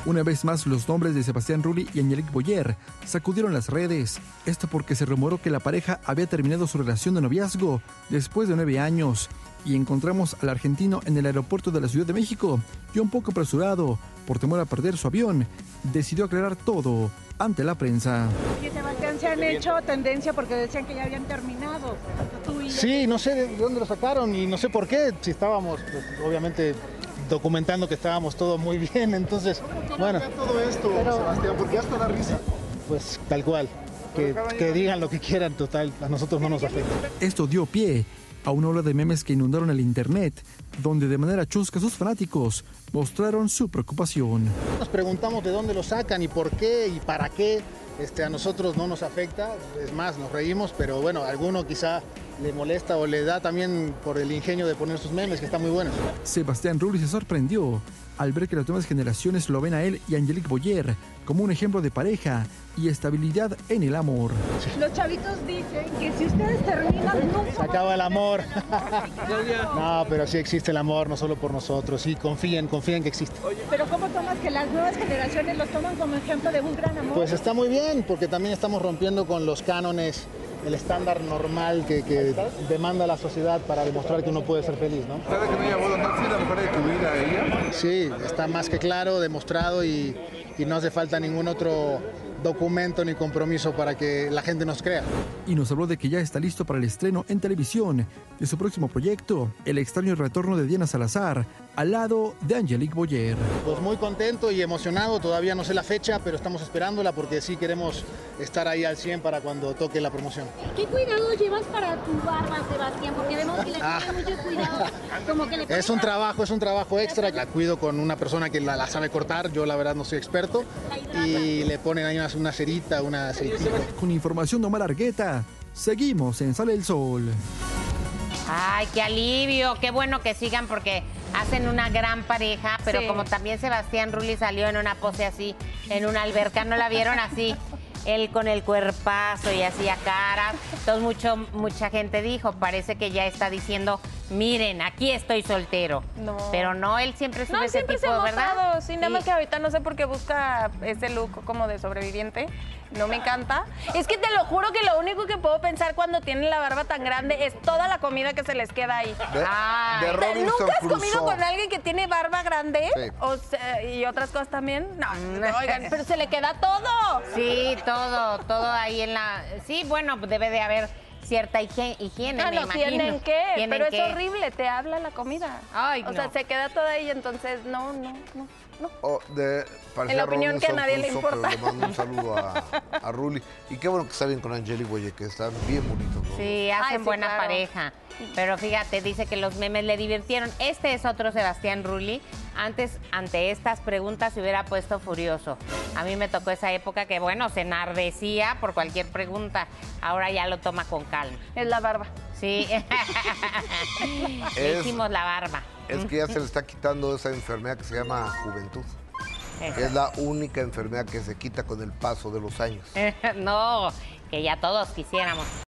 Una vez más, los nombres de Sebastián Rulli y Angelique Boyer sacudieron las redes. Esto porque se rumoró que la pareja había terminado su relación de noviazgo después de 9 años. Y encontramos al argentino en el aeropuerto de la Ciudad de México y un poco apresurado, por temor a perder su avión, decidió aclarar todo ante la prensa. Y Sebastián, se han hecho tendencia porque decían que ya habían terminado. Sí, no sé de dónde lo sacaron y no sé por qué, si estábamos, pues, obviamente, documentando que estábamos todo muy bien, entonces, bueno. Todo esto, Sebastián, porque hasta da risa. Pues tal cual, que digan lo que quieran, total, a nosotros no nos afecta. Esto dio pie a una ola de memes que inundaron el internet, donde de manera chusca sus fanáticos mostraron su preocupación. Nos preguntamos de dónde lo sacan y por qué y para qué. A nosotros no nos afecta, es más, nos reímos, pero bueno, a alguno quizá le molesta o le da también por el ingenio de poner sus memes, que están muy buenos. Sebastián Rulli se sorprendió al ver que las nuevas generaciones lo ven a él y a Angelique Boyer como un ejemplo de pareja y estabilidad en el amor. Los chavitos dicen que si ustedes terminan, nunca se acaba el amor. No, pero sí existe el amor, no solo por nosotros. Sí, confíen que existe. Pero ¿cómo tomas que las nuevas generaciones los toman como ejemplo de un gran amor? Pues está muy bien, porque también estamos rompiendo con los cánones, el estándar normal que demanda la sociedad para demostrar que uno puede ser feliz, ¿no? ¿Sabes que no haya boda más la mujer de tu vida ella? Sí, está más que claro, demostrado y no hace falta ningún otro documento ni compromiso para que la gente nos crea. Y nos habló de que ya está listo para el estreno en televisión de su próximo proyecto, El extraño retorno de Diana Salazar, al lado de Angelique Boyer. Pues muy contento y emocionado, todavía no sé la fecha, pero estamos esperándola porque sí queremos estar ahí al 100 para cuando toque la promoción. ¿Qué cuidado llevas para tu barba, Sebastián? Porque vemos que le tienes mucho cuidado. Como que es un trabajo extra, la cuido con una persona que la sabe cortar, yo la verdad no soy experto, y le ponen ahí una cerita, una aceitita. Con información de Omar Argueta, seguimos en Sale el Sol. Ay, qué alivio, qué bueno que sigan porque hacen una gran pareja, pero sí. Como también Sebastián Rulli salió en una pose así, en una alberca, ¿no la vieron así? Él con el cuerpazo y hacía caras. Entonces mucha gente dijo, parece que ya está diciendo, miren, aquí estoy soltero. No. Pero no, él siempre sube ese siempre tipo, se ha ¿verdad? mostrado. Sí, nada más que ahorita no sé por qué busca ese look como de sobreviviente. No me encanta. Es que te lo juro que lo único que puedo pensar cuando tienen la barba tan grande es toda la comida que se les queda ahí. De Robinson ¿Nunca has comido Crusoe. con alguien que tiene barba grande? Sí. Y otras cosas también. No, oigan, pero se le queda todo. Sí, todo ahí en la... Sí, bueno, debe de haber cierta higiene, me imagino. ¿Tienen qué? ¿Tienen Pero qué? es horrible, te habla la comida. Ay, o no. sea, se queda toda ahí, entonces no. Parecía En la opinión que a Robinson nadie le Crusoe, importa. pero le mando un saludo a Rulli. Y qué bueno que está bien con Angelique Boyer, que están bien bonitos, ¿no? Sí, hacen sí, buena claro. pareja. Pero fíjate, dice que los memes le divirtieron. Este es otro Sebastián Rulli. Antes, ante estas preguntas, se hubiera puesto furioso. A mí me tocó esa época que, bueno, se enardecía por cualquier pregunta. Ahora ya lo toma con calma. Es la barba. Sí. Le hicimos la barba. Es que ya se le está quitando esa enfermedad que se llama juventud. Es la única enfermedad que se quita con el paso de los años. No, que ya todos quisiéramos.